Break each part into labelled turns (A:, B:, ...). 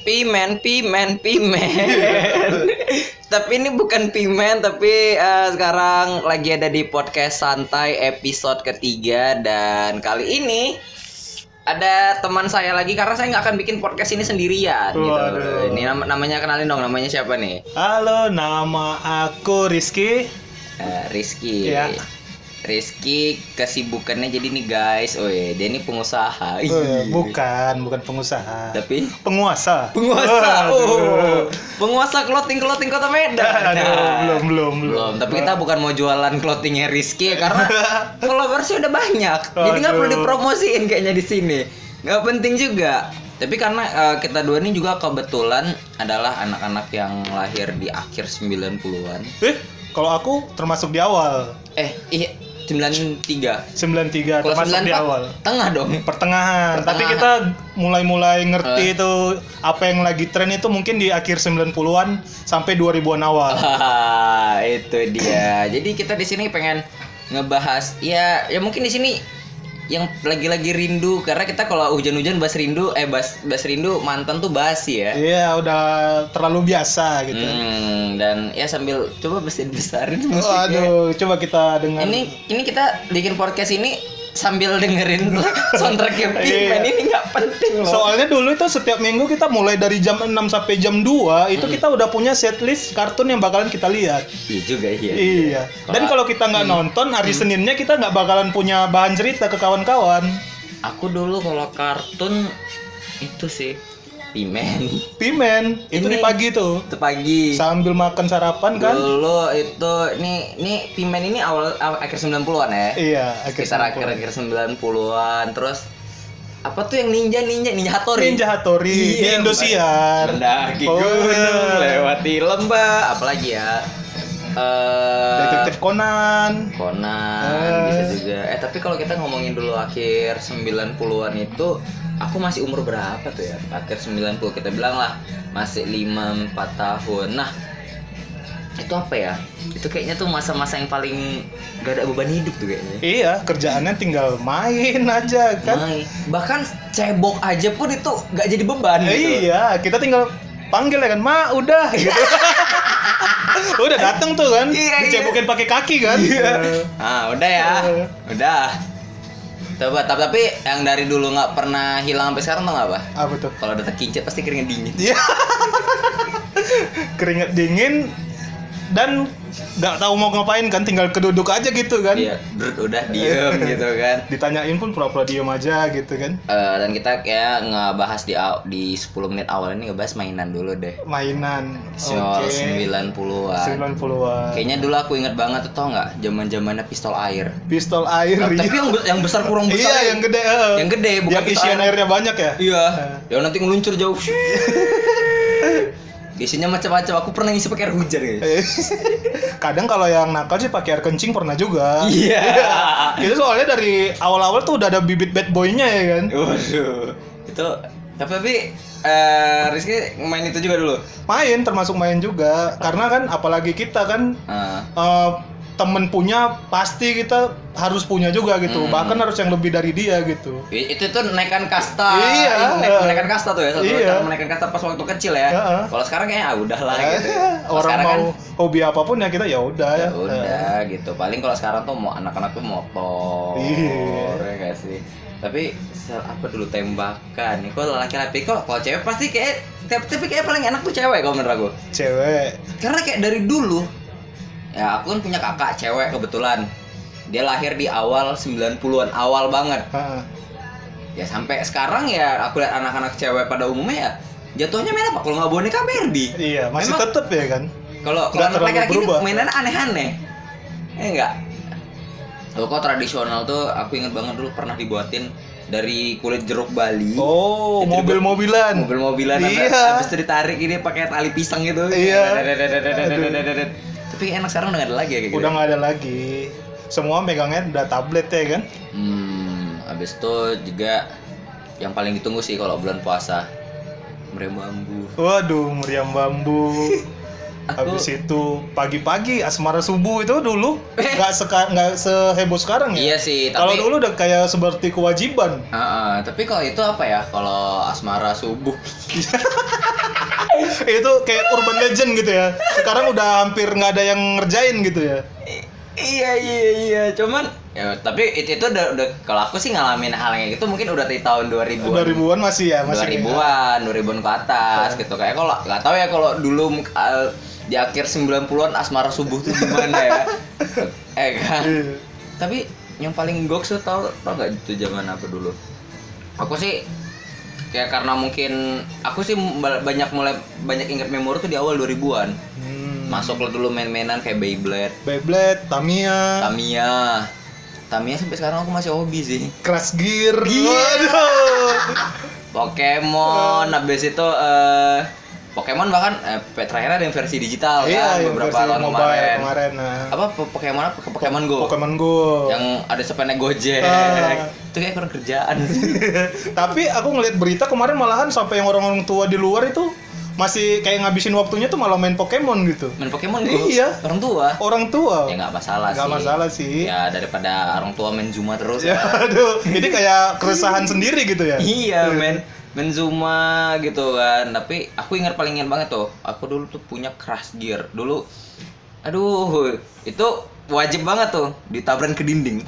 A: Pimen. Tapi ini bukan pimen, tapi sekarang lagi ada di podcast santai episode ketiga. Dan kali ini ada teman saya lagi, karena saya nggak akan bikin podcast ini sendirian gitu. Ini namanya, kenalin dong, namanya siapa nih?
B: Halo, nama aku Rizky.
A: Rizky.
B: Ya.
A: Rizky kesibukannya jadi nih guys, dia ini pengusaha.
B: Bukan pengusaha.
A: Tapi
B: penguasa.
A: Penguasa clothing Kota Medan. Belum. Tapi kita bukan mau jualan clothingnya Rizky karena followersnya udah banyak. Jadi nggak perlu dipromosiin kayaknya di sini. Nggak penting juga. Tapi karena kita dua ini juga kebetulan adalah anak-anak yang lahir di akhir 90-an.
B: Kalau aku termasuk di awal.
A: Iya. 93
B: termasuk 94, di awal.
A: Tengah dong.
B: Pertengahan. Tapi kita mulai ngerti itu apa yang lagi tren itu mungkin di akhir 90-an sampai 2000-an awal.
A: Itu dia. Jadi kita di sini pengen ngebahas ya mungkin di sini yang lagi rindu, karena kita kalau hujan-hujan bahas rindu mantan tuh basi ya.
B: Iya, udah terlalu biasa gitu.
A: Dan ya sambil coba besarin
B: musiknya. Coba kita dengar.
A: Ini kita bikin podcast ini sambil dengerin soundtracknya Pimen. Ini nggak penting loh.
B: Soalnya dulu itu setiap minggu kita mulai dari jam 6 sampai jam 2 itu kita udah punya setlist kartun yang bakalan kita lihat.
A: Iya juga.
B: Iya. Dan kalau kita nggak nonton hari Seninnya kita nggak bakalan punya bahan cerita ke kawan-kawan.
A: Aku dulu kalau kartun itu sih
B: Pimen itu di pagi tuh.
A: Itu pagi.
B: Sambil makan sarapan kan.
A: Dulu itu ini Pimen ini awal akhir 90-an ya.
B: Iya,
A: akhir 90-an. Terus apa tuh yang Ninja Hattori.
B: Di Indosiar.
A: Mendaki gunung, lewati lembah, apalagi ya?
B: Detektif Conan
A: bisa juga. Tapi kalau kita ngomongin dulu akhir 90-an itu, aku masih umur berapa tuh ya? Akhir 90 kita bilang lah masih 5-4 tahun. Nah, itu apa ya? Itu kayaknya tuh masa-masa yang paling gak ada beban hidup tuh kayaknya.
B: Iya, kerjaannya tinggal main aja kan.
A: Bahkan cebok aja pun itu gak jadi beban gitu.
B: Iya, kita tinggal panggil ya kan, "Ma, udah." gitu. Udah datang tuh kan, dicebokin pakai kaki kan.
A: Udah ya. Udah. Coba, tapi yang dari dulu nggak pernah hilang sampai sekarang tuh nggak apa?
B: Apa tuh?
A: Kalau udah terkincit pasti keringet dingin.
B: Iya. Keringet dingin dan nggak tahu mau ngapain kan, tinggal keduduk aja gitu kan.
A: Iya, udah diem gitu kan.
B: Ditanyain pun pura-pura diem aja gitu kan.
A: Dan kita kayak ngebahas di 10 menit awal ini ngebahas mainan dulu deh.
B: Mainan.
A: Soal 90-an. Kayaknya dulu aku inget banget tuh, tau nggak? Zaman-zamannya pistol air. Tapi yang besar kurang besar.
B: Iya, yang gede.
A: Yang gede, bukan
B: yang isian airnya banyak ya.
A: Iya. Yang nanti ngeluncur jauh. Isinya macam-macam. Aku pernah ngisi pakai air hujan guys.
B: Kadang kalau yang nakal sih pakai air kencing pernah juga.
A: Iya.
B: Itu soalnya dari awal-awal tuh udah ada bibit bad boy-nya ya kan.
A: Waduh. Itu tapi Rizky main itu juga dulu.
B: Termasuk main juga. Karena kan apalagi kita kan temen punya, pasti kita harus punya juga gitu. Bahkan harus yang lebih dari dia gitu.
A: Itu tuh naikkan kasta.
B: Iya.
A: Naikkan kasta tuh ya. Cara menaikkan kasta pas waktu kecil ya. Kalau sekarang kayaknya udahlah gitu.
B: Orang mau
A: kan,
B: hobi apapun ya kita ya udah.
A: Udah gitu. Paling kalau sekarang tuh mau anak-anak tuh motor. Ya gak sih? Tapi apa dulu tembakan nih, kalau laki-laki kalau cewek pasti tapi kayak paling enak tuh cewek kalau menurut aku.
B: Cewek.
A: Karena kayak dari dulu ya, aku kan punya kakak cewek kebetulan. Dia lahir di awal 90-an, awal banget. Ya sampai sekarang ya aku lihat anak-anak cewek pada umumnya ya jatuhnya main apa? Kalau nggak boneka Barbie.
B: Iya, masih tetep ya kan.
A: Kalau anak laki-laki ini mainannya aneh-aneh. Enggak. Kalau tradisional tuh aku inget banget dulu pernah dibuatin dari kulit jeruk Bali.
B: Mobil-mobilan.
A: Iya. Habis itu ditarik ini pakai tali pisang gitu.
B: Iya.
A: Tapi enak sekarang udah nggak ada lagi ya kayak gitu.
B: Udah nggak ada lagi. Semua megangnya udah tablet ya kan.
A: Habis itu juga yang paling ditunggu sih kalau bulan puasa, meriam bambu.
B: Waduh, meriam bambu. Habis itu pagi-pagi asmara subuh itu dulu nggak seheboh sekarang ya.
A: Iya sih.
B: Kalau dulu udah kayak seperti kewajiban.
A: Tapi kalau itu apa ya? Kalau asmara subuh.
B: Itu kayak urban legend gitu ya. Sekarang udah hampir nggak ada yang ngerjain gitu ya.
A: Iya. Cuman ya tapi itu udah kalau aku sih ngalamin hal yang gitu mungkin udah dari tahun 2000-an.
B: 2000-an masih ya, masih
A: 2000-an ke atas gitu. Kayak kalau nggak tahu ya kalau dulu di akhir 90-an asmara subuh tuh gimana ya. Kan. Tapi yang paling goks tuh tau nggak itu zaman apa dulu? Aku sih kayak karena mungkin aku sih banyak ingat memori tuh di awal 2000-an. Masuk lah dulu main-mainan kayak Beyblade, Tamiya sampai sekarang aku masih hobi sih.
B: Crash Gear.
A: Pokemon, habis itu Pokemon bahkan terakhir ada yang versi digital kan beberapa tahun kemarin. Apa Pokemon Go. Yang ada sepeda Gojek. Itu kayak kurang kerjaan.
B: Tapi aku ngeliat berita kemarin malahan sampai yang orang-orang tua di luar itu masih kayak ngabisin waktunya tuh malah main Pokemon gitu.
A: Main Pokemon Go?
B: Iya.
A: Orang tua? Ya nggak
B: masalah sih.
A: Ya daripada orang tua main Zuma terus.
B: Ya aduh, ini kayak keresahan sendiri gitu ya.
A: Iya, main Zuma gitu kan. Tapi aku paling ingat banget tuh. Aku dulu tuh punya Crash Gear. Dulu aduh, itu wajib banget tuh ditabrak ke dinding.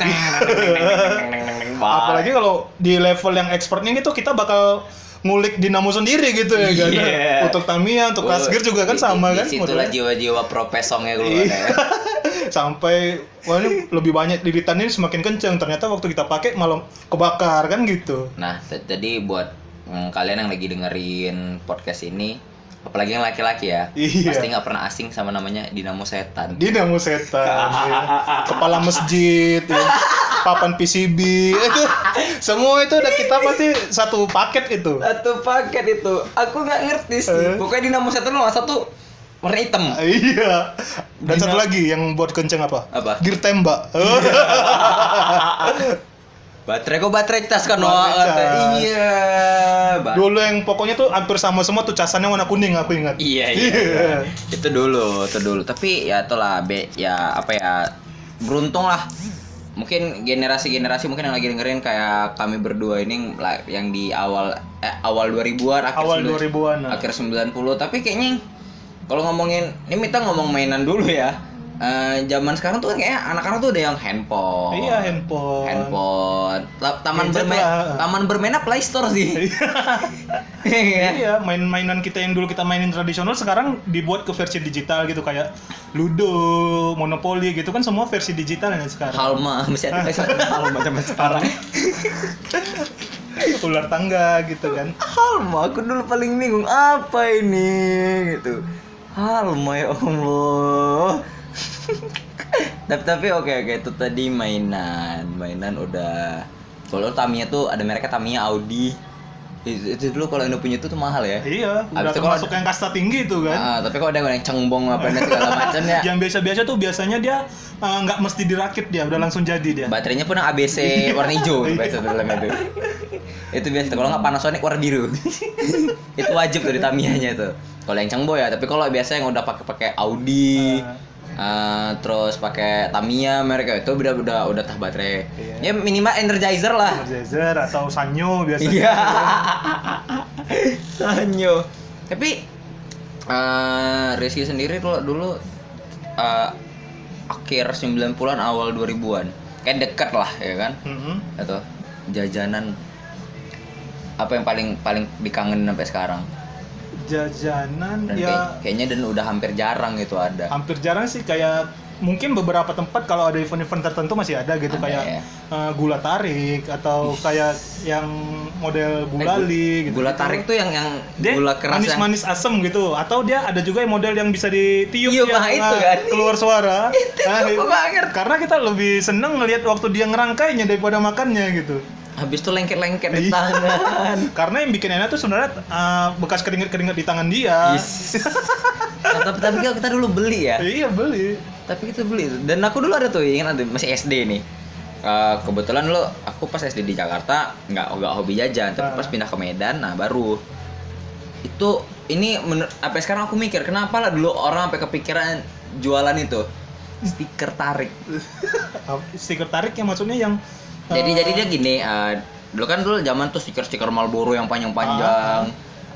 B: Apalagi kalau di level yang expertnya gitu kita bakal ngulik dinamo sendiri gitu ya kan. Untuk Tamiya, untuk Crash Gear juga kan sama kan.
A: Disitulah jiwa-jiwa pro pesongnya keluar ya.
B: Sampai ini lebih banyak lilitan ini semakin kenceng. Ternyata waktu kita pakai malah kebakar kan gitu.
A: Nah, jadi buat kalian yang lagi dengerin podcast ini, apalagi yang laki-laki ya, pasti nggak pernah asing sama namanya Dinamo Setan.
B: Ya. Kepala masjid, ya. Papan PCB, itu semua itu udah kita pasti satu paket itu.
A: Aku nggak ngerti sih. Pokoknya Dinamo Setan loh, satu warna hitam.
B: Iya. Dan satu lagi yang buat kenceng apa? Gear tembak.
A: Baterai cas kan. Iya.
B: Dulu yang pokoknya tuh hampir sama semua tuh casannya warna kuning aku ingat.
A: Iya. Itu dulu. Tapi ya itulah beruntung lah. Mungkin generasi mungkin yang lagi dengerin kayak kami berdua ini yang di awal 2000-an, akhir 90, tapi kayaknya kalau ngomongin ini kita ngomong mainan dulu ya. Zaman sekarang tuh kan kayaknya anak-anak tuh udah yang handphone.
B: Iya, handphone.
A: Taman bermainnya Play Store sih.
B: Iya, mainan kita yang dulu kita mainin tradisional sekarang dibuat ke versi digital gitu kayak Ludo, Monopoly gitu kan semua versi digital ya sekarang.
A: Halma, masih ada Halma zaman sekarang.
B: Ular tangga gitu kan.
A: Halma, aku dulu paling bingung apa ini gitu. Halma ya Allah. tapi oke itu tadi mainan udah. Kalau Tamiya tuh ada mereknya Tamiya Audi. Itu dulu kalau Indo punya itu tuh mahal ya.
B: Iya, udah termasuk yang kasta tinggi itu kan.
A: Tapi kalau ada yang cengbong apa segala macam ya.
B: Yang biasa-biasa tuh biasanya dia nggak mesti dirakit dia, udah langsung jadi dia.
A: Baterainya pun yang ABC warna hijau biasa dalamnya itu. Itu biasa. Kalau nggak Panasonic warna biru. Itu wajib tuh di Tamiyanya tuh. Kalau yang cengbo ya, tapi kalau biasa yang udah pakai Audi, terus pakai Tamiya mereka itu udah tah baterai. Iya. Ya minimal Energizer lah.
B: Energizer atau Sanyo biasanya.
A: Iya. Sanyo. Tapi Rizky sendiri dulu akhir 90-an awal 2000-an. Kayak dekat lah ya kan? Atau jajanan apa yang paling dikangenin sampai sekarang?
B: Jajanan
A: dan
B: ya
A: kayaknya udah hampir jarang gitu ada.
B: Hampir jarang sih, kayak mungkin beberapa tempat kalau ada event-event tertentu masih ada gitu, kayak gula tarik atau kayak yang model gulali gitu.
A: Gula tarik tuh yang gula keras
B: manis-manis asem gitu, atau dia ada juga yang model yang bisa ditiup
A: itu kan
B: keluar suara. Karena kita lebih seneng ngelihat waktu dia ngerangkainya daripada makannya gitu.
A: Habis itu lengket-lengket di tangan.
B: Karena yang bikin enak tuh sebenarnya bekas keringet-keringet di tangan dia.
A: Tapi kita dulu beli ya.
B: Iya, beli.
A: Tapi kita beli. Dan aku dulu ada tuh, ingat ada masih SD nih. Kebetulan dulu aku pas SD di Jakarta nggak hobi jajan, tapi pas pindah ke Medan, nah baru itu ini sampai sekarang aku mikir kenapa lah dulu orang sampai kepikiran jualan itu stiker tarik.
B: Stiker tarik yang maksudnya yang
A: jadi dia gini, dulu zaman tuh stiker Marlboro yang panjang-panjang.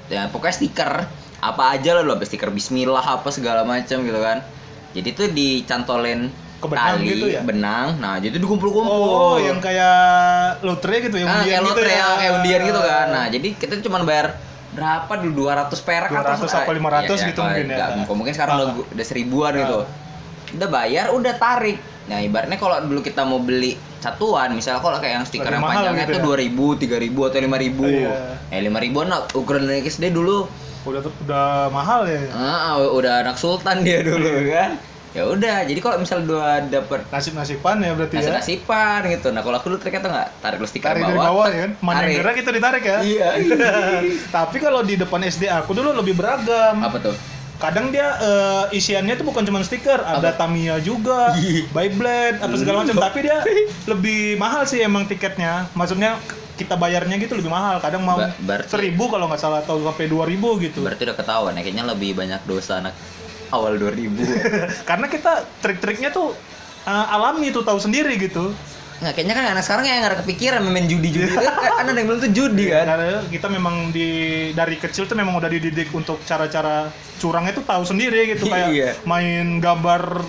A: ya pokoknya stiker apa aja lah, sampai stiker bismillah apa segala macam gitu kan. Jadi tuh dicantolin
B: ke benang
A: tali,
B: gitu ya?
A: benang. Nah, jadi dikumpul-kumpul.
B: Oh, yang kayak lotre gitu ya,
A: kayak
B: undian gitu
A: lotre,
B: ya.
A: kayak undian gitu kan. Nah, jadi kita cuma bayar berapa dulu, 200 perak
B: 200 apa 500 gitu mungkin ya.
A: Mungkin sekarang udah 1000-an gitu. Udah bayar, udah tarik. Nah, ibaratnya kalau dulu kita mau beli satuan, misalnya kalau kayak yang stiker
B: lebih
A: yang
B: mahal
A: panjangnya
B: gitu
A: tuh 2000, 3000 atau 5000.
B: Iya.
A: 5000-an ukuran anak SD dulu.
B: Udah mahal ya.
A: Udah anak sultan dia dulu kan. Ya udah, jadi kalau misal dua dapet
B: nasib-nasiban ya berarti ya.
A: Nasiban gitu. Nah, kalau aku dulu ternyata nggak tarik lu stiker
B: tarik
A: bawah.
B: Dari bawah ya kan. Mana yang gerak kita ditarik ya.
A: Iya.
B: Tapi kalau di depan SD aku dulu lebih beragam.
A: Apa tuh?
B: Kadang dia isiannya tuh bukan cuma stiker, ada Tamiya juga, Beyblade, apa segala macam. Tapi dia lebih mahal sih emang tiketnya. Maksudnya kita bayarnya gitu lebih mahal. Kadang mau 1.000 kalau nggak salah, atau sampai 2.000 gitu.
A: Berarti udah ketahuan ya, kayaknya lebih banyak dosa anak awal 2000.
B: Karena kita trik-triknya tuh alami tuh, tahu sendiri gitu.
A: Nah, kayaknya kan anak sekarang yang nggak ada kepikiran main judi-judi itu kan ada yang belum tuh judi kan.
B: Karena kita memang dari kecil tuh memang udah dididik untuk cara-cara curangnya tuh tahu sendiri gitu, kayak main gambar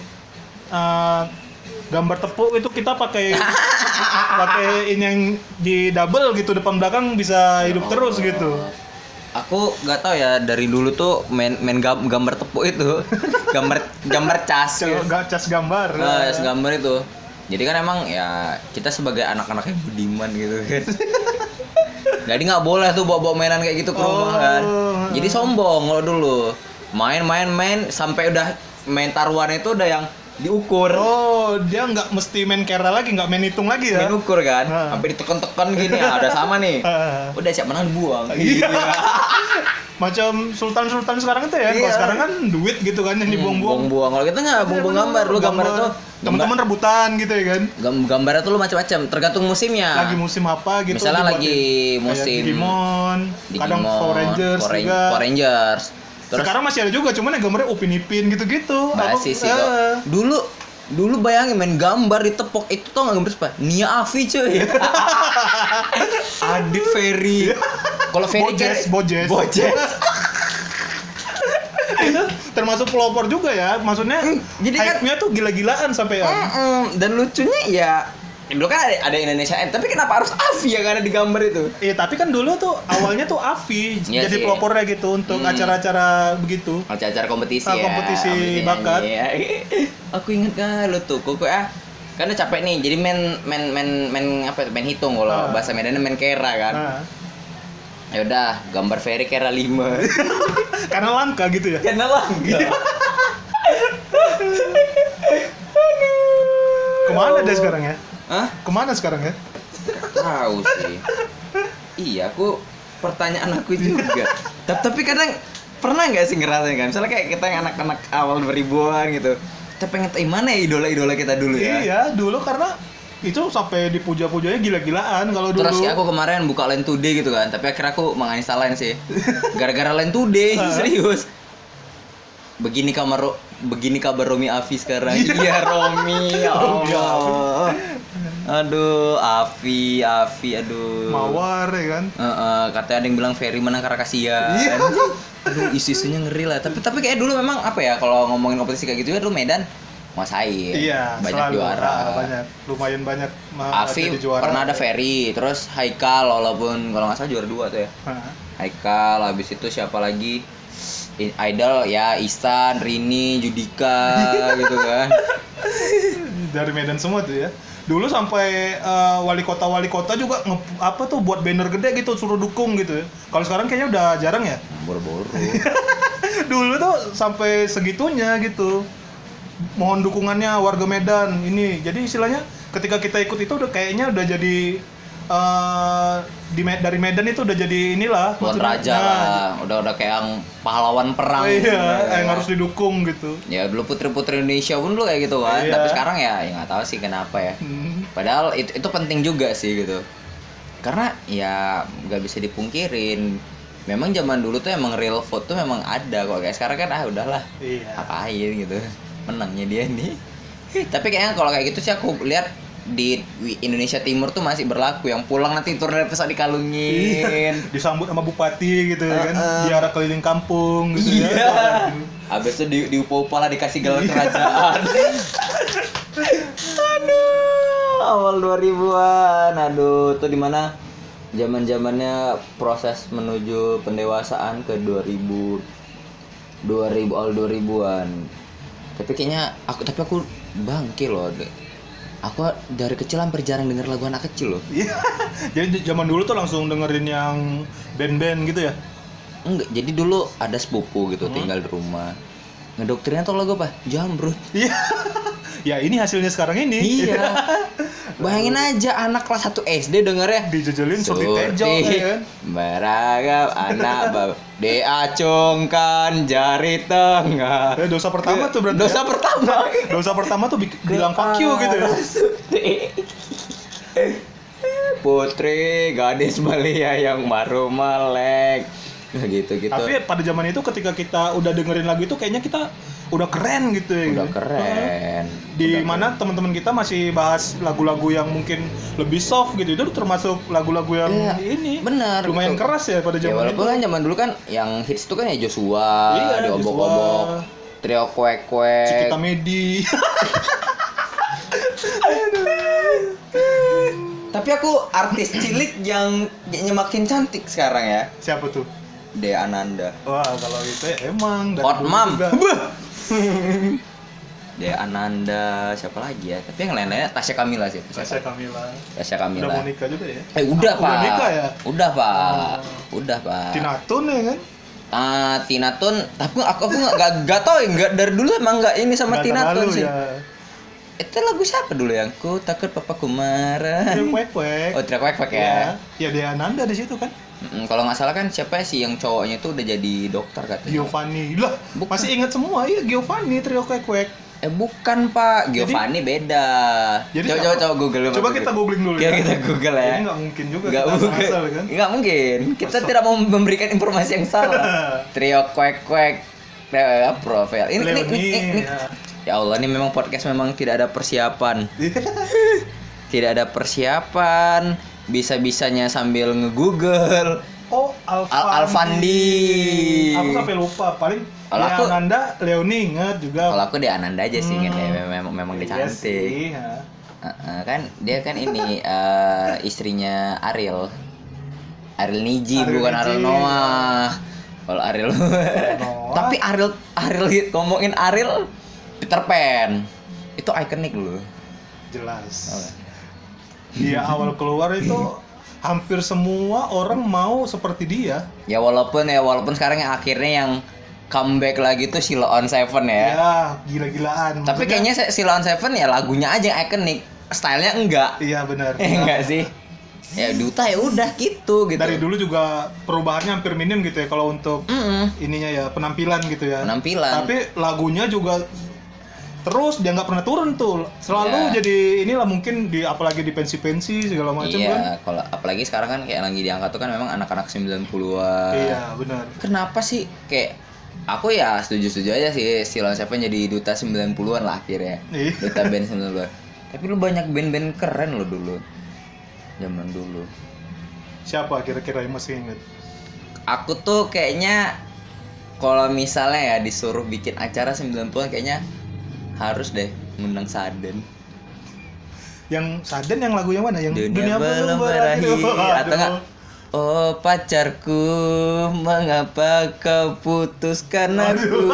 B: tepuk itu kita pakai ini yang di double gitu, depan belakang bisa hidup terus gitu.
A: Aku nggak tahu ya, dari dulu tuh main gambar tepuk itu, gambar cas.
B: Cas gambar.
A: Cas gambar itu. Jadi kan emang ya kita sebagai anak-anak yang budiman gitu kan. Jadi nggak boleh tuh bawa mainan kayak gitu ke rumah kan. Jadi sombong kalau dulu. Main sampai udah main taruhan itu udah yang diukur.
B: Oh, dia nggak mesti main kera lagi, nggak main hitung lagi ya.
A: Main ukur kan. Sampai ditekan-tekan gini, udah sama nih. Udah siap menang buang.
B: Iya. Macam sultan sekarang itu ya. Kalau sekarang kan duit gitu kan yang dibuang-buang.
A: Buang-buang. Kalau kita nggak buang-buang gambar. Lu gambar tuh
B: teman-teman rebutan gitu ya kan.
A: Gambarnya tuh lu macam-macam, tergantung musimnya.
B: Lagi musim apa gitu.
A: Misalnya lagi musim
B: Digimon, kadang Power Rangers juga.
A: Power Rangers.
B: Terus sekarang masih ada juga, cuman yang gambarnya Upin Ipin gitu-gitu.
A: Masih sih kok. Dulu bayangin main gambar ditepok itu, tau nggak gambar apa? Nia Afi cuy. Adit Ferry. Kalau Ferry
B: Bojes. Itu termasuk pelopor juga ya, maksudnya
A: jadi kan
B: hype-nya tuh gila-gilaan sampai
A: dan lucunya ya dulu kan ada Indonesia tapi kenapa harus Afi yang ada di gambar itu?
B: Iya, tapi kan dulu tuh awalnya tuh Afi jadi
A: sih
B: pelopornya gitu untuk acara-acara begitu.
A: Acara kompetisi
B: kompetisi bakat.
A: Ya. Aku inget kan lu tuh kok kan udah capek nih, jadi main hitung, kalau bahasa Medannya main kera kan. Ya udah, gambar Ferry kera 5.
B: Karena langka gitu ya.
A: Karena langka.
B: Kemana dia sekarang ya?
A: Hah?
B: Kemana sekarang ya?
A: Tahu sih. Iya, aku pertanyaan aku juga. Tapi kadang pernah nggak sih ngerasain kan? Misalnya kayak kita yang anak-anak awal 2000-an gitu. Kita pengen tahu mana ya idola-idola kita dulu ya?
B: Iya, dulu karena itu sampai dipuja-pujanya gila-gilaan kalau dulu.
A: Terus aku kemarin buka Line Today gitu kan, tapi akhirnya aku menguninstall Line sih. Gara-gara Line Today, serius. Begini kabar Romi Afi sekarang. Iya, Romi. Ya Allah. Aduh, Afi, aduh.
B: Mawar ya kan?
A: Katanya ada yang bilang Ferry menang karena kasihan. Aduh, isu-isunya ngeri lah. Tapi kayak dulu memang apa ya, kalau ngomongin kompetisi kayak gitu ya dulu Medan nguasain.
B: Iya,
A: banyak juara.
B: Lumayan banyak
A: Afi pernah ada Ferry, terus Haikal walaupun kalau nggak salah juara 2 tuh ya. Haikal, habis itu siapa lagi? Idol ya, Ihsan, Rini, Judika gitu kan.
B: Dari Medan semua tuh ya. Dulu sampai wali kota juga buat banner gede gitu, suruh dukung gitu ya. Kalau sekarang kayaknya udah jarang ya.
A: Boro-boro.
B: Dulu tuh sampai segitunya gitu. Mohon dukungannya warga Medan ini. Jadi istilahnya ketika kita ikut itu udah kayaknya udah jadi dari Medan itu udah jadi inilah
A: Tuan Raja lah, udah kayak yang pahlawan perang.
B: Iya, yang harus didukung gitu.
A: Ya dulu putri-putri Indonesia pun dulu kayak gitu kan. Tapi sekarang ya nggak tahu sih kenapa ya. Padahal itu penting juga sih gitu. Karena ya nggak bisa dipungkirin. Memang zaman dulu tuh emang real vote tuh memang ada kok. Kayak sekarang kan udahlah.
B: Iya.
A: Apain gitu. Menangnya dia nih. Tapi kayaknya kalau kayak gitu sih aku lihat di Indonesia Timur tuh masih berlaku, yang pulang nanti turun dari pesawat dikalungin.
B: Disambut sama bupati gitu kan, diarah keliling kampung gitu ya.
A: Habis itu diupa-upa lah, dikasih gelar kerajaan. Aduh, awal 2000-an. Aduh, tuh di mana zaman-zamannya proses menuju pendewasaan ke 2000 awal 2000-an. Tapi kayaknya aku bangke loh. Aku dari kecil hampir jarang denger lagu anak kecil loh.
B: Iya. Jadi zaman dulu tuh langsung dengerin yang band-band gitu ya.
A: Enggak, jadi dulu ada sepupu gitu tinggal di rumah. Ngedoktrinnya tuh lagu apa? Jamrut.
B: Iya. Ya ini hasilnya sekarang ini.
A: Iya. Bayangin aja anak kelas 1 SD dengernya
B: dijejelin Surti Tejo kan.
A: Beragam anak diacungkan jari tengah.
B: Dosa pertama tuh berarti.
A: Dosa pertama.
B: Dosa pertama tuh bilang fuck you gitu ya.
A: Putri gadis belia yang baru melek. Gitu.
B: Tapi pada zaman itu ketika kita udah dengerin lagu itu kayaknya kita udah keren gitu ya.
A: Udah keren.
B: Di mana teman-teman kita masih bahas lagu-lagu yang mungkin lebih soft gitu. Itu termasuk lagu-lagu yang ini.
A: Benar.
B: Lumayan
A: betul.
B: keras ya pada zaman itu.
A: Walaupun kan zaman dulu kan yang hits itu kan ya Joshua, diobok-obok, Trio Kwek-Kwek,
B: Cikita Medi.
A: Tapi aku artis cilik yang makin cantik sekarang ya.
B: Siapa tuh?
A: Dea Ananda.
B: Wah, kalau itu ya emang
A: Hot Mom. Dea Ananda, siapa lagi ya? Tapi yang lain-lainnya Tasya Kamila sih.
B: Tasya Kamila.
A: Udah
B: mau nikah juga ya?
A: Udah, Pak.
B: Udah nikah ya?
A: Udah, Pak. Udah, Pak.
B: Tina Tun ya kan?
A: Tina Tun, tapi aku enggak tahu ya, dari dulu emang enggak ini sama Tina Tun sih.
B: Ya.
A: Itu lagu siapa dulu yang ku takut papaku marah?
B: Trio Kwek-Kwek.
A: Oh, Trio Kwek-Kwek ya.
B: Ya Dea Ananda di situ kan?
A: Kalau nggak salah kan siapa sih yang cowoknya itu udah jadi dokter katanya?
B: Giovanni. Lah, masih ingat semua ya Giovanni Trio Kwek-Kwek.
A: Bukan, Pak. Giovanni beda.
B: Jadi
A: coba Google.
B: Coba kita googling dulu
A: ya. Kita Google ya.
B: Ini nggak mungkin juga.
A: Nggak mungkin.
B: Asal, kan?
A: Nggak mungkin. Kita tidak mau memberikan informasi yang salah. Trio Kwek-Kwek profil. Ini. Ya Allah, ini memang podcast memang tidak ada persiapan. Tidak ada persiapan. Bisa-bisanya sambil nge-Google.
B: Oh,
A: Alfandi.
B: Aku sampai lupa. Paling Dea Ananda, Leoni inget juga.
A: Kalau aku Dea Ananda aja sih inget ya. Memang dia cantik.
B: Iya
A: Kan dia kan ini istrinya Ariel Niji, bukan Ariel Noah. Kalau Ariel tapi Ariel ngomongin Ariel Peter Pan itu ikonik loh.
B: Jelas. Dia awal keluar itu hampir semua orang mau seperti dia.
A: Ya walaupun sekarang yang akhirnya yang comeback lagi tuh Sheila on Seven ya.
B: Ya, gila-gilaan.
A: Tapi kayaknya Sheila on Seven ya lagunya aja yang ikonik, stylenya enggak.
B: Iya benar.
A: Enggak sih. Ya Duta ya udah gitu.
B: Dari dulu juga perubahannya hampir minim gitu ya kalau untuk ininya ya penampilan gitu ya. Tapi lagunya juga terus dia nggak pernah turun tuh, selalu jadi inilah mungkin apalagi di pensi segala macam kan.
A: Iya, kalau apalagi sekarang kan kayak lagi diangkat tuh kan memang anak-anak 90-an.
B: Iya benar.
A: Kenapa sih kayak aku ya setuju aja sih Sheila on Seven jadi duta 90-an lah akhirnya. Duta band 90-an. Tapi lu banyak band-band keren lo dulu. Zaman dulu.
B: Siapa kira-kira yang masih inget?
A: Aku tuh kayaknya kalau misalnya ya disuruh bikin acara 90-an kayaknya harus deh ngundang Saden.
B: Yang Saden yang lagu yang mana? Yang
A: Dunia belum berakhir. Atau enggak? Oh pacarku, mengapa kau putuskan aku?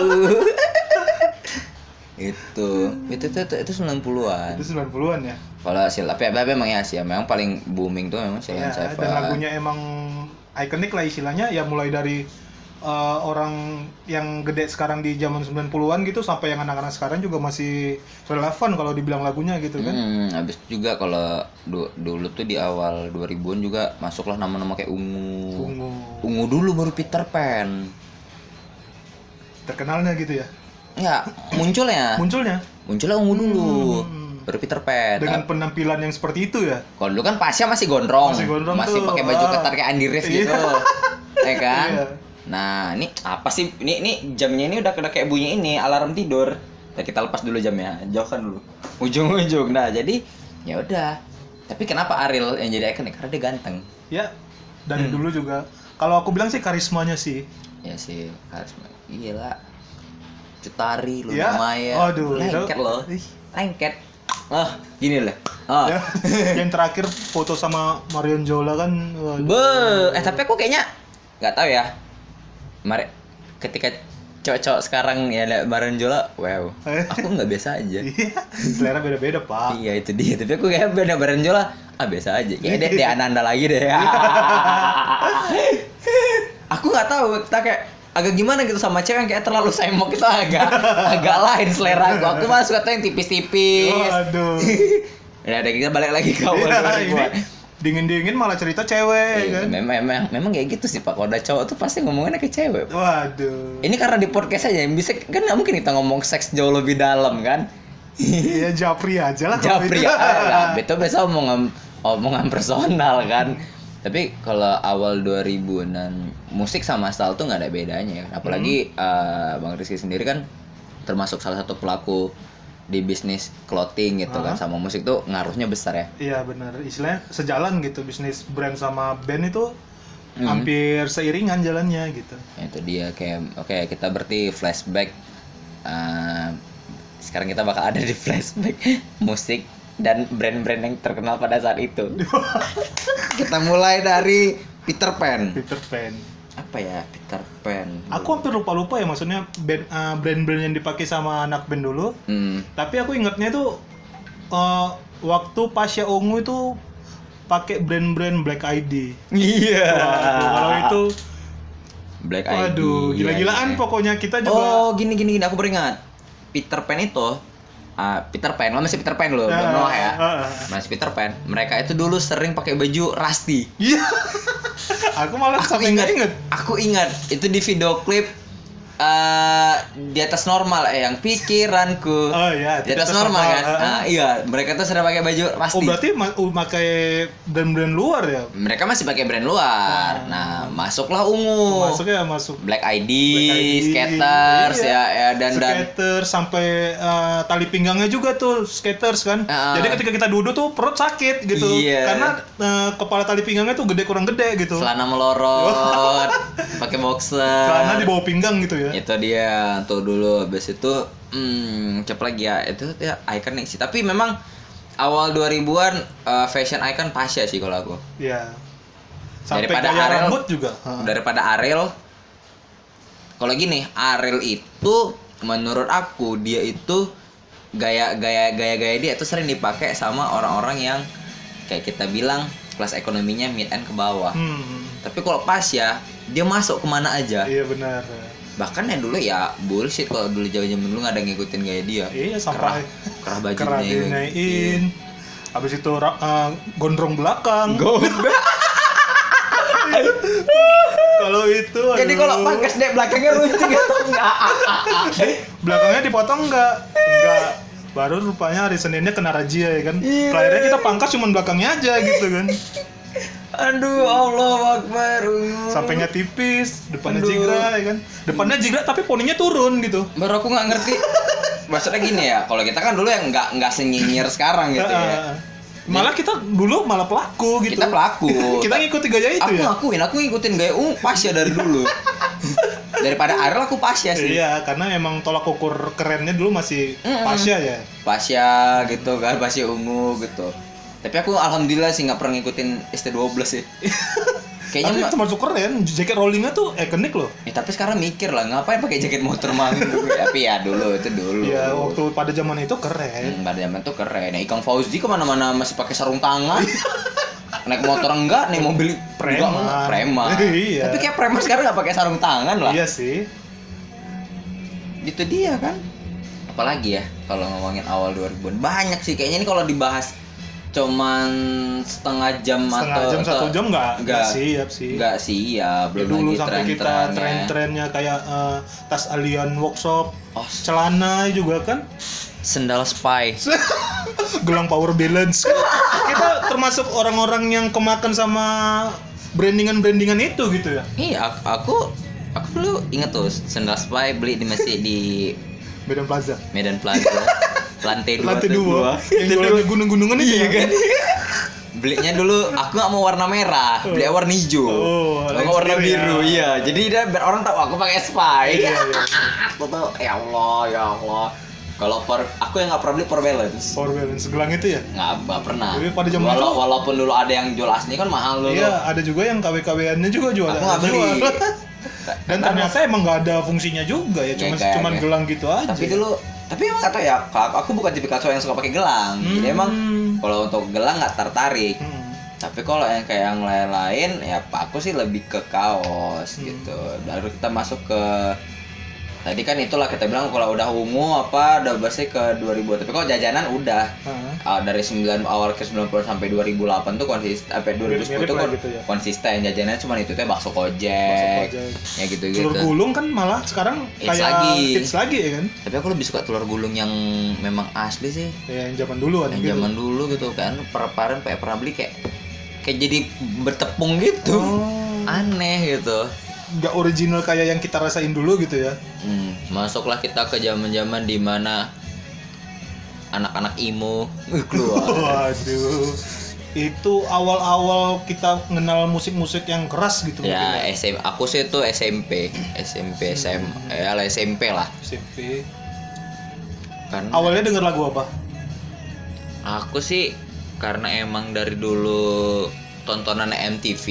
A: Itu 90-an.
B: Itu 90-an ya.
A: Kalau Sheila, tapi memang ya sih, memang paling booming tuh memang Sheila on Seven.
B: Dan lagunya emang ikonik lah istilahnya ya, mulai dari orang yang gede sekarang di zaman 90-an gitu sampai yang anak-anak sekarang juga masih relevan kalau dibilang lagunya gitu kan.
A: Habis juga kalau dulu tuh di awal 2000-an juga masuklah nama-nama kayak Ungu dulu baru Peter Pan.
B: Terkenalnya gitu ya.
A: Ya, munculnya Ungu dulu. Baru Peter Pan.
B: Dengan penampilan yang seperti itu ya.
A: Kalau dulu kan Pasha masih gondrong masih pakai baju ketat kayak Andy Rif gitu. Ya kan? Iya. Nah, ini apa sih? Ini jamnya ini udah kayak bunyi ini alarm tidur. Ya, kita lepas dulu jamnya, jauhkan dulu ujung-ujung. Nah, jadi Ya udah. Tapi kenapa Ariel yang jadi ikonik? Karena dia ganteng.
B: Ya, dari dulu juga. Kalau aku bilang sih karismanya sih.
A: Ya sih, karisma. Gila. Cutari, Luna
B: Ya,
A: Maya.
B: aduh,
A: lengket
B: itu-
A: loh.
B: ih.
A: Lengket. Gini lah. Ah.
B: Ya, yang terakhir foto sama Marion Jola kan. Waduh.
A: Tapi aku kayaknya nggak tahu ya. Ketika cowok-cowok sekarang ya lihat Marion Jola, wow. Aku nggak biasa aja.
B: Iya, selera beda-beda, Pak.
A: Iya itu dia. Tapi aku kayak Marion Jola, biasa aja. Ya dia Ananda lagi deh. Aku nggak tahu, tak kayak agak gimana gitu sama cewek yang kayak terlalu semok itu agak lain selera aku. Aku malah suka tuh yang tipis-tipis.
B: Waduh.
A: Ya udah kita balik lagi ke awal
B: Iya,
A: 2000-an.
B: ini dingin-dingin malah cerita cewek
A: Iya,
B: kan.
A: memang kayak gitu sih Pak. Kalau udah cowok tuh pasti ngomongannya ke cewek.
B: Waduh.
A: Ini karena di podcast aja yang bisa kan nggak mungkin kita ngomong seks jauh lebih dalam kan.
B: Iya, japri aja lah. kalau
A: Japri
B: itu.
A: betul biasa omongan personal kan. Tapi kalau awal 2000-an musik sama style tuh nggak ada bedanya ya. Apalagi Bang Rizky sendiri kan termasuk salah satu pelaku di bisnis clothing gitu kan, sama musik tuh ngaruhnya besar ya.
B: Iya benar, istilahnya sejalan gitu, bisnis brand sama band itu hampir seiringan jalannya gitu.
A: Itu dia kayak oke, kita berarti flashback. Sekarang kita bakal ada di flashback musik dan brand-brand yang terkenal pada saat itu. Kita mulai dari Peter Pan.
B: Peter Pan.
A: Apa ya Peter Pan?
B: Aku hampir lupa ya, maksudnya brand-brand yang dipakai sama anak band dulu. Tapi aku ingatnya tuh waktu Pasha Ungu itu pakai brand-brand Black ID.
A: Iya.
B: Kalau itu
A: Black ID.
B: waduh, gila-gilaan pokoknya kita juga.
A: Oh, gini aku beringat. Peter Pan itu Peter Pan, lo masih Peter Pan lo, belum Noah ya. Masih Peter Pan. Mereka itu dulu sering pakai baju Rusty.
B: Iya. Aku malah sampai nggak inget.
A: Aku ingat itu di video klip di atas normal yang pikiranku.
B: Oh iya,
A: di atas normal kan. Iya, mereka tuh sering pakai baju Rusty.
B: Oh berarti pakai brand-brand luar ya?
A: Mereka masih pakai brand luar. Nah, masuklah Ungu.
B: Masuk
A: Black ID, Skaters
B: iya.
A: dan
B: Skaters sampai tali pinggangnya juga tuh Skaters kan. Jadi ketika kita duduk tuh perut sakit gitu.
A: Iya.
B: Karena kepala tali pinggangnya tuh kurang gede gitu.
A: celana melorot, pakai boxer.
B: Celana di bawah pinggang gitu ya.
A: Itu dia tuh dulu. Habis itu siapa lagi ya? Itu ya ikonik sih. Tapi memang awal 2000-an fashion icon Pasha sih kalau aku.
B: Iya. Sampai
A: Daripada
B: gaya
A: Ariel,
B: rambut juga.
A: Daripada Ariel. Kalau gini, Ariel itu menurut aku dia itu gaya dia itu sering dipakai sama orang-orang yang kayak kita bilang kelas ekonominya mid end ke bawah. Tapi kalau Pasha dia masuk kemana aja.
B: Iya benar.
A: Bahkan yang dulu ya bullshit kalau dulu zaman dulu nggak ada ngikutin gaya dia.
B: Iya sampai
A: kerah baju
B: kerah dinaikin. Habis itu gondrong belakang. Kalau itu
A: Jadi kalau pangkas dek belakangnya runcing atau enggak?
B: belakangnya dipotong enggak? Baru rupanya hari Seninnya kena razia ya kan. Akhirnya kita pangkas cuma belakangnya aja gitu kan.
A: Aduh, Allahu Akbar.
B: Sampingnya tipis, depannya jigra ya kan. Depannya jigra tapi poninya turun gitu.
A: Baru aku nggak ngerti. Maksudnya gini ya, kalau kita kan dulu yang nggak senyinyir sekarang gitu ya.
B: Malah kita dulu malah pelaku gitu.
A: Kita pelaku.
B: Kita ngikutin gaya itu ya.
A: Aku ngikutin gaya Pasha dari dulu. Daripada Ariel aku Pasha sih.
B: Iya, karena emang tolak ukur kerennya dulu masih Pasha ya.
A: Pasha gitu kan, Pasha Ungu gitu. Tapi aku alhamdulillah sih nggak pernah ngikutin ST12 sih. Kayaknya
B: tapi termasuk keren, jaket rollingnya tuh ikonik loh.
A: Tapi sekarang mikir lah, ngapain pakai jaket motor manggung? Tapi ya dulu.
B: Iya, waktu pada zaman itu keren.
A: Pada zaman itu keren. Nah, Ikang Fauzi kemana-mana masih pakai sarung tangan. Naik motor enggak, naik mobil preman.
B: Iya.
A: Tapi kayak preman sekarang nggak pakai sarung tangan lah.
B: Iya sih.
A: Itu dia kan. Apalagi ya kalau ngomongin awal 2000-an banyak sih kayaknya ini kalau dibahas cuman setengah jam
B: 1 jam nggak siap sih.
A: Nggak siap, belum
B: dulu
A: lagi
B: sampai kita tren-trennya kayak tas Alien Workshop, celana juga kan,
A: sendal spy,
B: gelang power balance. Kita termasuk orang-orang yang kemakan sama brandingan itu gitu ya.
A: Iya, aku dulu inget tuh sendal spy beli di Medan Plaza. Lantai 2.
B: Yang jualan gunung-gunungan itu ya kan.
A: Belinya dulu aku nggak mau warna merah, beli warna hijau. Nggak warna biru. Iya. Jadi dia biar orang tahu aku pakai Spy.
B: Iya.
A: Aku tuh ya Allah. Kalau aku yang nggak pernah beli Power Balance.
B: Power Balance gelang itu ya?
A: Nggak pernah.
B: Jadi pada zaman itu,
A: walaupun dulu ada yang jual asli kan mahal dulu.
B: Iya, ada juga yang KW-KW-annya juga jual.
A: Aku nggak beli.
B: Dan ternyata emang nggak ada fungsinya juga ya, cuman gelang gitu aja.
A: Tapi emang kata ya, aku bukan tipikal cowok yang suka pakai gelang. Jadi emang kalau untuk gelang nggak tertarik. Tapi kalau yang kayak yang lain-lain ya aku sih lebih ke kaos gitu. Lalu kita masuk ke tadi kan itulah kita bilang kalau udah ungu udah bahasnya ke 2000. Tapi kalau jajanan udah dari awal ke 90 sampai 2008 tuh konsisten, sampai 2010 tuh gitu ya. Konsisten jajanannya cuma itu bakso kojek. Ya gitu-gitu.
B: Telur gulung kan malah sekarang kayak hits lagi ya kan.
A: Tapi aku lebih suka telur gulung yang memang asli sih.
B: Ya, yang zaman dulu kan.
A: Yang zaman dulu gitu kan. Pernah beli kayak jadi bertepung gitu. Aneh gitu.
B: Nggak original kayak yang kita rasain dulu gitu ya.
A: Masuklah kita ke zaman-zaman di mana anak-anak emo keluar.
B: Waduh. Itu awal-awal kita mengenal musik-musik yang keras gitu
A: ya. Aku sih itu SMP, SMP lah.
B: SMP.
A: Karena
B: awalnya denger lagu apa?
A: Aku sih karena emang dari dulu tontonan MTV.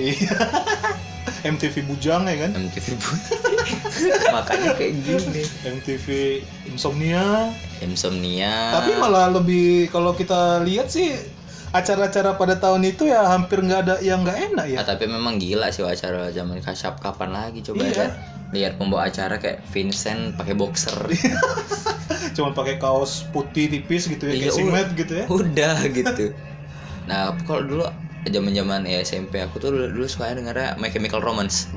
B: MTV Bujang ya kan?
A: MTV Bujang. Makanya kayak gini.
B: MTV Insomnia.
A: Tapi
B: malah lebih kalau kita lihat sih acara-acara pada tahun itu ya hampir nggak ada yang nggak enak ya.
A: Tapi memang gila sih acara zaman Kasyap kapan lagi coba ya. Lihat pembawa acara kayak Vincent pakai boxer.
B: Cuman pakai kaos putih tipis gitu ya, kayak singlet gitu ya.
A: Udah gitu. Nah, kalau dulu zaman-zaman SMP aku tuh dulu suka dengarnya My Chemical Romance.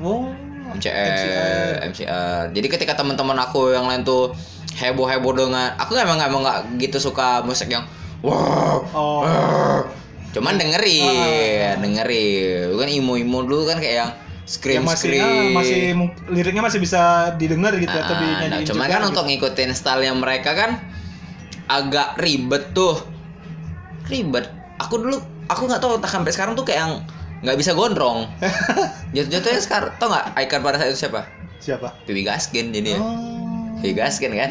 A: MCR. Jadi ketika teman-teman aku yang lain tuh heboh dengan, aku emang nggak gitu suka musik yang cuman dengerin. Bukan imo dulu kan kayak yang scream.
B: Masih liriknya masih bisa didengar gitu atau dinyanyiin.
A: Cuman kan untuk ngikutin style yang mereka kan agak ribet. Aku nggak tahu sampai sekarang tuh kayak yang nggak bisa gondrong. Jatuh-jatuhnya sekarang tau nggak icon pada saat itu siapa? Pipi Gaskin jadi. Pipi Gaskin kan.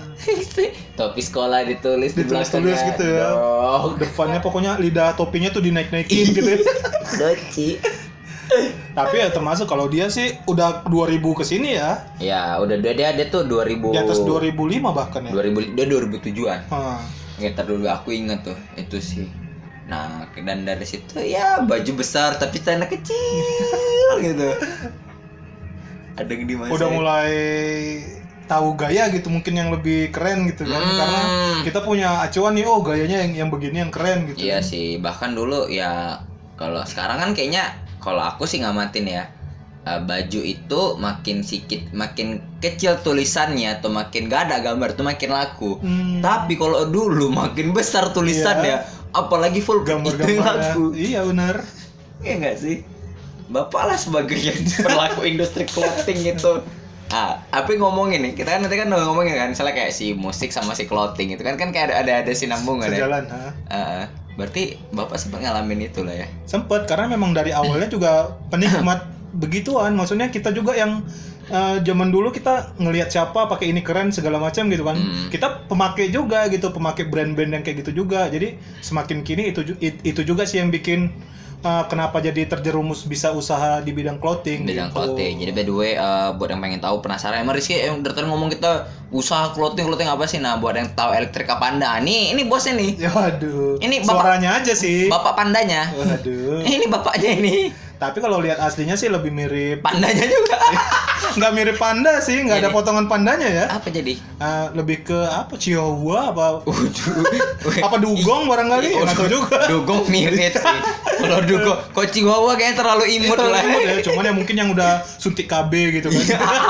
A: Topi sekolah ditulis di belakangnya
B: gitu ya. Depannya pokoknya lidah topinya tuh dinaik-naikin gitu ya.
A: Doci.
B: Tapi ya termasuk kalau dia sih udah 2000 ke sini ya.
A: Ya, udah dia tuh 2000.
B: Di atas 2005 bahkan ya.
A: 2007-an. Ngetar dulu aku inget tuh itu sih. Nah, dan dari situ ya baju besar tapi celana kecil gitu. Ada yang di masa
B: udah mulai tahu gaya gitu, mungkin yang lebih keren gitu kan. Karena kita punya acuan nih, gayanya yang begini yang keren gitu.
A: Iya sih, bahkan dulu ya kalau sekarang kan kayaknya kalau aku sih ngamatin ya, baju itu makin kecil tulisannya atau makin gak ada gambar tuh makin laku. Tapi kalau dulu makin besar tulisannya, apalagi full
B: gambar-gambarnya laku. Iya benar.
A: Iya nggak sih? Bapak lah sebagai yang pelaku industri clothing itu. Tapi ngomongin nih, kita kan nanti kan udah ngomongin kan, misalnya kayak si musik sama si clothing itu kan kayak ada sinambungan ya.
B: Sejalan,
A: Berarti Bapak sempat ngalamin itu lah ya?
B: Sempet, karena memang dari awalnya juga penikmat begituan. Maksudnya kita juga yang zaman dulu kita ngelihat siapa pakai ini keren segala macam gitu kan. Kita pemakai juga gitu, pemakai brand-brand yang kayak gitu juga. Jadi semakin kini itu juga sih yang bikin kenapa jadi terjerumus bisa usaha di bidang clothing.
A: Clothing. Jadi by the way, buat yang pengen tahu penasaran, emang Rizky yang dari tadi ngomong kita usaha clothing apa sih? Nah, buat yang tahu Elektrika Panda, ini bosnya nih.
B: Ya waduh.
A: Ini
B: suaranya aja sih.
A: Bapak pandanya.
B: Waduh.
A: Ini bapaknya ini.
B: Tapi kalau lihat aslinya sih lebih mirip
A: pandanya juga.
B: Nggak mirip panda sih, nggak ada potongan pandanya ya.
A: Apa jadi?
B: Lebih ke apa? Chihuahua apa? Apa dugong barangkali? Nggak tahu juga.
A: Dugong mirip sih. Kalau dugong, kok Chihuahua kayaknya terlalu imut lah.
B: Ya, cuman ya mungkin yang udah suntik KB gitu kan.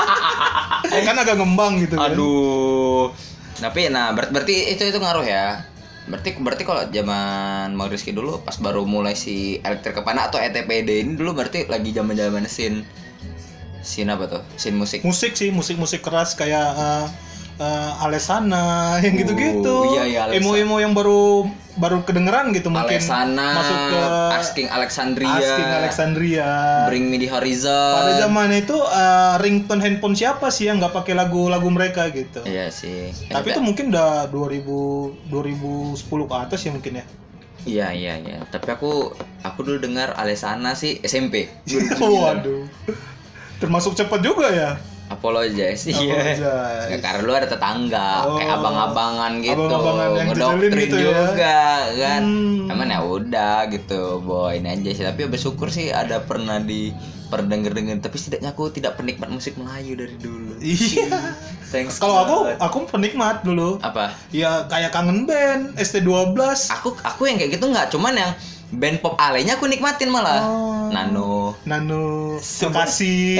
B: Kan agak ngembang gitu kan.
A: Aduh. Tapi berarti itu ngaruh ya. Berarti kalau zaman Mang Rizky dulu pas baru mulai si Elektrika Panda atau ETPD ini dulu berarti lagi zaman-zaman scene apa tuh? Scene musik.
B: Musik keras kayak Alesana yang gitu-gitu.
A: Iya, Alesana.
B: Emo-emo yang baru kedengeran gitu mungkin.
A: Alesana,
B: Masuk ke
A: Asking Alexandria, Bring Me the Horizon.
B: Pada zaman itu ringtone handphone siapa sih yang nggak pakai lagu-lagu mereka gitu.
A: Iya sih.
B: Tapi itu mungkin udah 2010 ke atas ya mungkin ya.
A: Iya. Tapi aku dulu dengar Alesana sih SMP.
B: Waduh. Termasuk cepat juga ya.
A: Apologize. Iya. Ya, karena lu ada tetangga kayak abang-abangan gitu.
B: Abang-abangan yang
A: ngedoktrin
B: gitu
A: juga ya. Kan. Emang ya udah gitu, boy ini aja sih. Tapi bersyukur sih ada pernah perdenger-denger, tapi setidaknya aku tidak penikmat musik Melayu dari dulu.
B: Iya.
A: Thanks.
B: Kalau aku penikmat dulu.
A: Apa?
B: Ya kayak Kangen Band, ST12.
A: Aku yang kayak gitu nggak, cuman yang band pop alenya aku nikmatin malah. Nano,
B: Elkasi.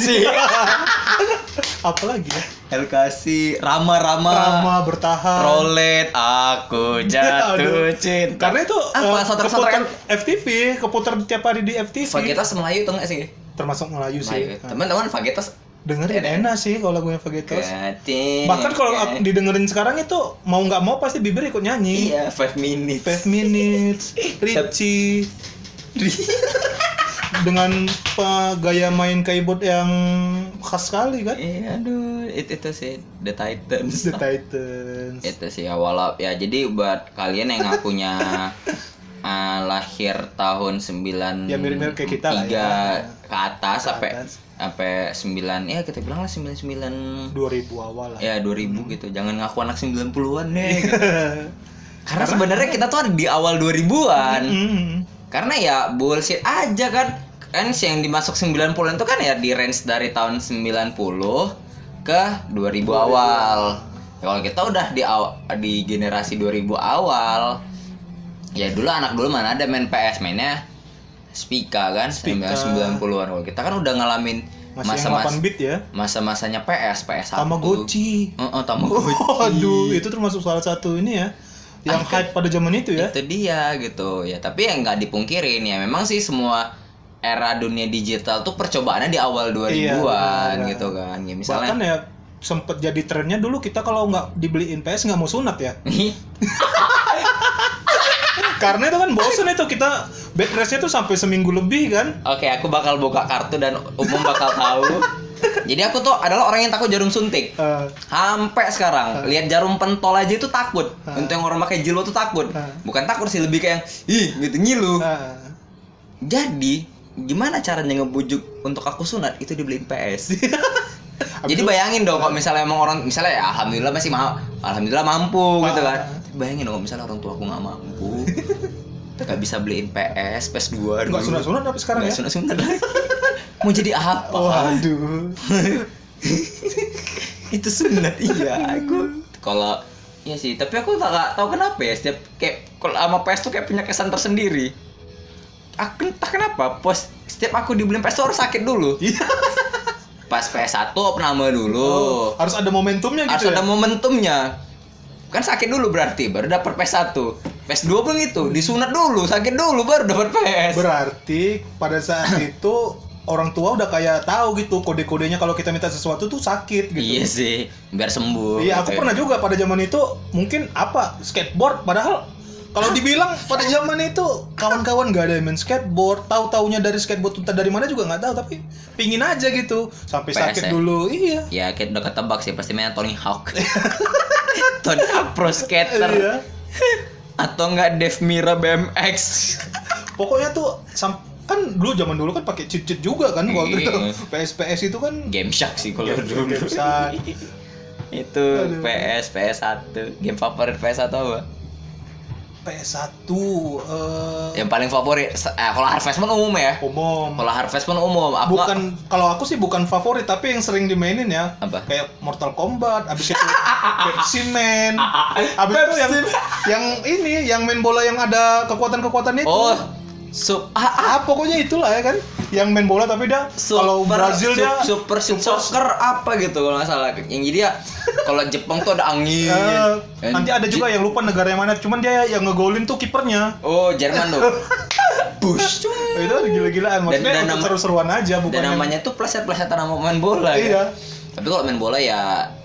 B: Apa lagi ya?
A: Elkasi, Rama
B: bertahan.
A: Rolet, aku jatuh cinta.
B: Karena itu
A: keputar
B: FTV, keputar tiap hari di FTV.
A: Vagetas Melayu tuh nggak sih?
B: Termasuk Melayu sih.
A: Teman-teman Vagetas
B: dengerin enak sih kalau lagunya Vagetas.
A: Kati,
B: Bahkan kalau aku didengerin sekarang itu mau nggak mau pasti bibir ikut nyanyi.
A: Iya, 5 minutes.
B: Richie. Dengan gaya main keyboard yang khas sekali kan?
A: Iya, aduh, itu sih The Titans. Itu sih awal ya. Jadi buat kalian yang ngakunya lahir tahun 9
B: ya mirip-mirip kayak kita lah ya.
A: Ke atas sampai 9 ya kita bilang lah 99
B: 2000 awal lah.
A: Ya 2000 gitu. Jangan ngaku anak 90-an deh gitu. Karena sebenarnya kita tuh ada di awal 2000-an. Karena ya bullshit aja kan. Kan yang dimasuk 90-an itu kan ya di range dari tahun 90 ke 2000 awal. Ya, kalau kita udah di generasi 2000 awal. Ya dulu anak dulu mana ada main PS, mainnya Spika kan, 90-an. Kalau kita kan udah ngalamin masa-masa
B: 8 bit ya.
A: Masa-masanya PS1.
B: Tamagotchi.
A: Tamagotchi.
B: Aduh, itu termasuk salah satu ini ya. Yang hype pada zaman itu ya.
A: Itu dia gitu. Ya, tapi yang nggak dipungkirin ya memang sih semua era dunia digital tuh percobaannya di awal 2000-an gitu kan. Ya misalnya
B: bahkan ya sempet jadi trennya dulu kita kalau nggak dibeliin PS nggak mau sunat ya. Karena itu kan bosen itu kita bed restnya tuh sampai seminggu lebih kan.
A: Oke, aku bakal buka kartu dan umum bakal tahu. Jadi aku tuh adalah orang yang takut jarum suntik. Sampai sekarang lihat jarum pentol aja itu takut. Untuk yang orang pakai jilbab tuh takut. Bukan takut sih, lebih kayak gitu ngilu. Jadi gimana caranya ngebujuk untuk aku sunat? Itu dibeliin PS. Jadi bayangin dong kalau misalnya emang orang misalnya ya alhamdulillah mampu gitu kan. Bayangin dong kalau misalnya orang tua aku nggak mampu, nggak bisa beliin PS2.
B: Nggak sunat tapi sekarang
A: nggak sunat lagi. Mau jadi apa?
B: Waduh.
A: Itu sunat iya. Aku kalau iya sih, tapi aku nggak tahu kenapa ya setiap kayak kalau sama PS tuh kayak punya kesan tersendiri. Aku entah kenapa setiap aku dibeliin PS tuh harus sakit dulu. Pas PS1 nama dulu.
B: Harus ada momentumnya gitu.
A: Harus ada momentumnya. Kan sakit dulu berarti baru dapat PS1. PS2 pun gitu, disunat dulu, sakit dulu baru dapat PS.
B: Berarti pada saat itu orang tua udah kayak tahu gitu kode-kodenya kalau kita minta sesuatu tuh sakit gitu.
A: Iya sih, biar sembuh.
B: Iya, aku pernah juga pada zaman itu mungkin skateboard padahal kalau dibilang pada zaman itu kawan-kawan gak ada yang main skateboard, tahu-taunya dari skateboard entah dari mana juga nggak tahu, tapi pingin aja gitu sampai sakit dulu. Iya.
A: Ya kita udah ketebak sih pasti mainnya Tony Hawk. Tony Hawk Pro Skater. Iya. Atau enggak Dev Mira BMX. Pokoknya tuh
B: kan zaman dulu kan pakai cheat juga kan waktu itu. PS itu kan
A: Game Shark sih kalau dulu. Itu PS1. Game favorit PS1 apa?
B: PS1
A: yang paling favorit kalau Harvest Moon umum ya.
B: Kalau
A: Harvest Moon umum.
B: Kalau aku sih bukan favorit tapi yang sering dimainin ya.
A: Apa?
B: Kayak Mortal Kombat, abis itu Pepsi Man, abis itu yang main bola yang ada kekuatan-kekuatan itu. Pokoknya itulah ya kan, yang main bola tapi dia kalau Brazil dia
A: super soccer apa gitu kalau nggak salah. Yang jadi ya kalau Jepang tuh ada angin.
B: Nanti ada juga yang lupa negara yang mana, cuman dia yang ngegolin tuh kipernya.
A: Oh, Jerman tuh. Bush.
B: Itu gila-gilaan, maksudnya untuk seru-seruan aja bukan.
A: Dan namanya tuh pleset-plesetan sama main bola.
B: Iya.
A: Tapi kalau main bola ya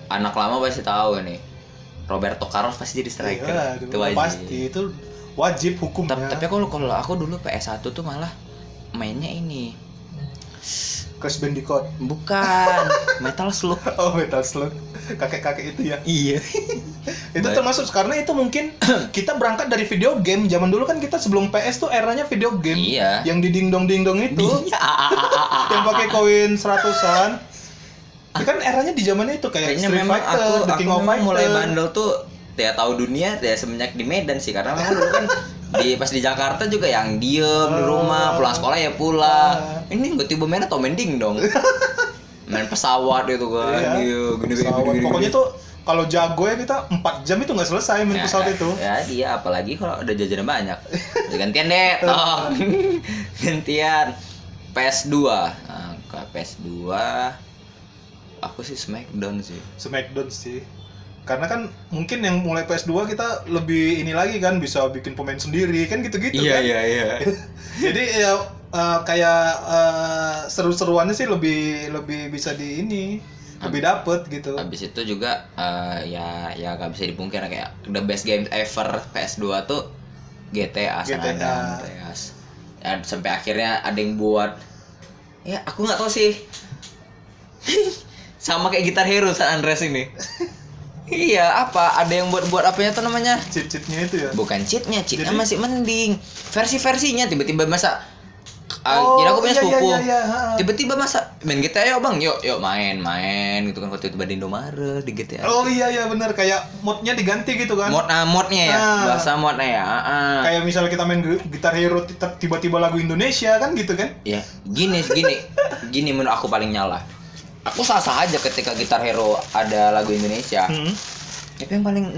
A: anak lama pasti tahu nih. Roberto Carlos pasti jadi striker.
B: Iya,
A: Itu wajib.
B: pasti itu wajib hukumnya.
A: Tapi kalau aku dulu PS1 tuh malah mainnya ini.
B: Crash Bandicoot.
A: Bukan, Metal Slug.
B: Oh, Metal Slug. Kakek-kakek itu ya.
A: Iya.
B: Itu termasuk karena itu mungkin kita berangkat dari video game. Zaman dulu kan kita sebelum PS tuh eranya video game.
A: Iya.
B: Yang di dingdong-dingdong itu. Yang pakai koin 100-an. Ya kan eranya di zaman itu kayak
A: Kayaknya
B: Street
A: memang
B: Fighter, The King of
A: memang
B: Fighter.
A: mulai bandel tuh ya tahu dunia ya semenjak di Medan sih, karena memang dulu kan pas di Jakarta juga yang diem di rumah, pulang sekolah ya pulang. Ini tiba-tiba mainnya Tom and Ding dong. Main pesawat itu kan.
B: Iya, pesawat. Pokoknya tuh kalau jago ya kita 4 jam itu nggak selesai main pesawat itu.
A: Ya dia apalagi kalau udah jajannya banyak. Gantian deh, toh. Gantian PS2. Nah, ke PS2 aku sih Smackdown sih.
B: Karena kan mungkin yang mulai PS2 kita lebih ini lagi kan, bisa bikin pemain sendiri kan gitu-gitu kan.
A: Iya.
B: Jadi ya kayak seru-seruannya sih lebih bisa lebih dapet gitu.
A: Habis itu juga ya gak bisa dipungkir kayak the best game ever PS2 tuh GTA San Andreas. Ya, sampai akhirnya ada yang buat, ya aku nggak tahu sih. Sama kayak Guitar Hero San Andreas ini. Iya, ada yang buat apanya tuh namanya?
B: Cheat-cheatnya itu ya?
A: Bukan cheatnya
B: Jadi?
A: masih mending. Versi-versinya tiba-tiba masa jadi aku punya sepupu. Tiba-tiba masa main GTA ya bang, yuk main gitu kan, waktu itu di Indomaret di GTA.
B: Oh iya benar, kayak modnya diganti gitu kan?
A: Modnya ya, bahasa modnya ya.
B: Kayak misalnya kita main Guitar Hero tiba-tiba lagu Indonesia kan gitu kan?
A: Ya, gini menurut aku paling nyala. Aku sah-sah aja ketika Guitar Hero ada lagu Indonesia. Tapi yang paling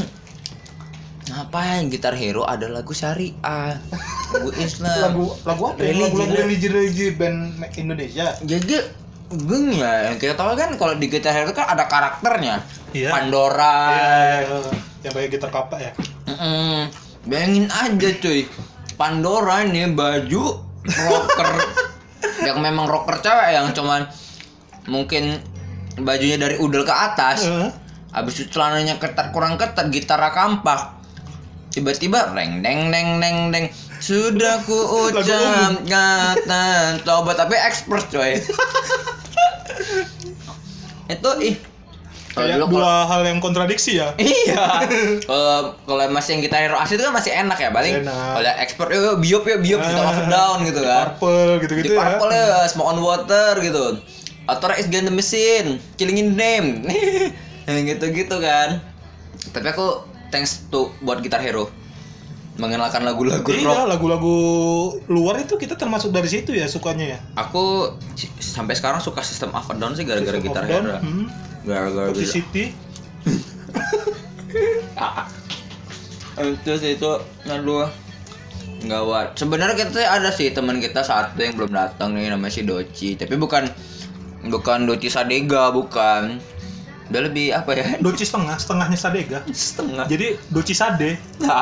A: ngapain Guitar Hero ada lagu syariah, lagu Islam,
B: lagu apa ya? Lagu religi band Indonesia.
A: Jadi yang kita tahu kan kalau di Guitar Hero kan ada karakternya.
B: Iya.
A: Pandora.
B: Iya. Yang pakai gitar kapak ya.
A: Bayangin aja cuy, Pandora nih baju rocker yang memang rocker cewek yang cuman mungkin bajunya dari udel ke atas. Habis itu celananya kurang ketat, gitar kampak. Tiba-tiba reng deng sudah ku ucap kata coba, tapi expert coy. Itu
B: kayak dua hal yang kontradiksi ya.
A: Iya. Kalau masih yang Guitar Hero asli itu kan masih enak ya, paling kalau expert biop kita up and down gitu kan.
B: Purple gitu-gitu ya.
A: Purple ya, Smoke on Water gitu. Atau Is Against the Machine, Killing in the Name. Yang gitu-gitu kan. Tapi aku thanks to buat Guitar Hero mengenalkan lagu-lagu rock.
B: Iya, lagu-lagu luar itu kita termasuk dari situ ya sukanya ya.
A: Aku sampai sekarang suka System of a Down sih gara-gara Guitar Hero. Gara-gara
B: City.
A: itu aduh gawat. Sebenarnya kita ada sih teman kita satu yang belum datang nih, namanya si Doci. Tapi bukan Doci Sadega, bukan. Udah lebih apa ya?
B: Doci setengahnya Sadega.
A: Setengah.
B: Jadi Doci Sade.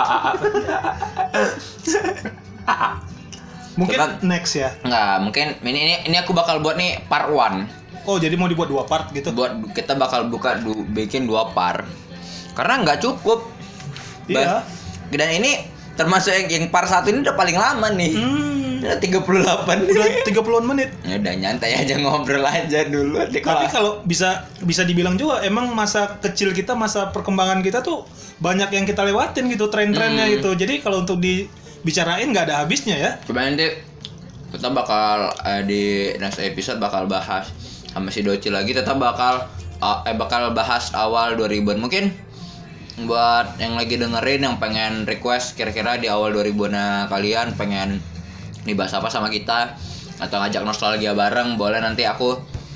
B: Mungkin next ya.
A: Enggak, mungkin ini aku bakal buat nih part 1.
B: Oh, jadi mau dibuat 2 part gitu.
A: Kita bakal bikin 2 part. Karena nggak cukup.
B: Iya.
A: Dan ini termasuk yang part 1 ini udah paling lama nih. Udah 38.
B: Udah 30-an menit.
A: Ya udah nyantai aja, ngobrol aja dulu.
B: Tapi kalau bisa dibilang juga emang masa kecil kita, masa perkembangan kita tuh banyak yang kita lewatin gitu, tren-trennya gitu. Jadi kalau untuk dibicarain nggak ada habisnya ya.
A: Coba nanti kita bakal di next episode bakal bahas sama si Doci lagi. Kita bakal bahas awal 2000-an. Mungkin buat yang lagi dengerin yang pengen request kira-kira di awal 2000-an kalian pengen dibahas apa sama kita atau ngajak nostalgia bareng, boleh. Nanti aku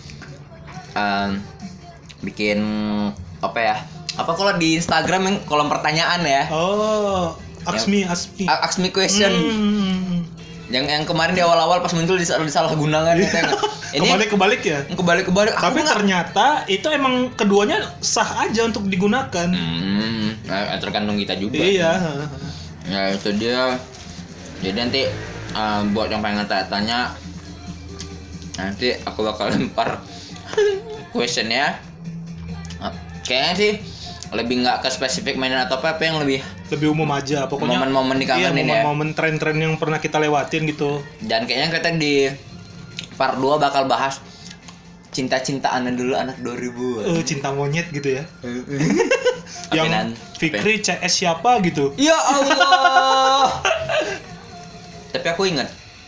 A: bikin apa ya? Apa kalau di Instagram yang kolom pertanyaan ya?
B: Oh, ask me
A: question. Yang kemarin di awal-awal pas muncul disalahgunakan gitu. Ini
B: kebalik ya?
A: Kebalik.
B: Tapi ternyata itu emang keduanya sah aja untuk digunakan.
A: Tergantung kita juga.
B: Iya.
A: Ya itu dia. Jadi nanti buat yang pengen tanya, nanti aku bakal lempar questionnya. Kayaknya sih lebih nggak ke spesifik mainan atau apa yang lebih
B: umum aja pokoknya.
A: Momen-momen dikangenin ya.
B: Momen-momen tren-tren yang pernah kita lewatin gitu.
A: Dan kayaknya kita di part 2 bakal bahas cinta-cintaan dulu anak 2000.
B: Cinta monyet gitu ya. Yang
A: Apinan.
B: Fikri CS siapa gitu.
A: Ya Allah. Tapi aku ingat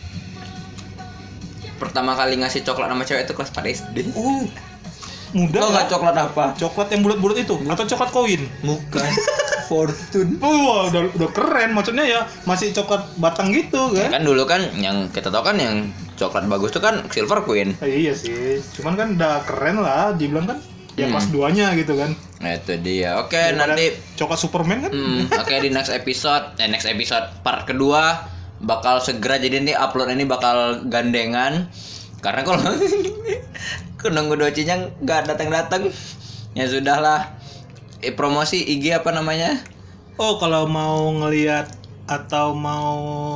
A: pertama kali ngasih coklat sama cewek itu kelas 4 SD.
B: Mudah.
A: Lo nggak coklat apa?
B: Coklat yang bulat-bulat itu atau coklat koin?
A: Bukan. Fortune.
B: Wah, udah keren. Maksudnya ya masih coklat batang gitu
A: Ya
B: kan?
A: kan dulu kan yang kita tahu kan yang coklat bagus tuh kan Silver Queen.
B: Iya sih. Cuman kan udah keren lah, dibilang kan ya kelas 2-nya gitu kan.
A: Nah, itu dia. Oke,
B: Daripada
A: nanti
B: coklat Superman kan?
A: oke di next episode part kedua bakal segera, jadi nih upload ini bakal gandengan karena kalau aku nunggu docinya nggak datang ya sudahlah. Promosi IG apa namanya?
B: Oh, kalau mau ngelihat atau mau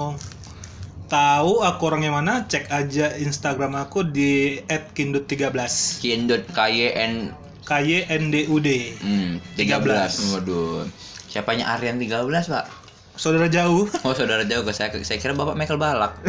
B: tahu aku orangnya mana, cek aja Instagram aku di @kindut13.
A: Kindut KYN
B: KYNDUD
A: 13. Waduh. Siapanya Aryan 13, Pak?
B: Saudara jauh.
A: Oh, saudara jauh. Saya kira Bapak Michael Balak.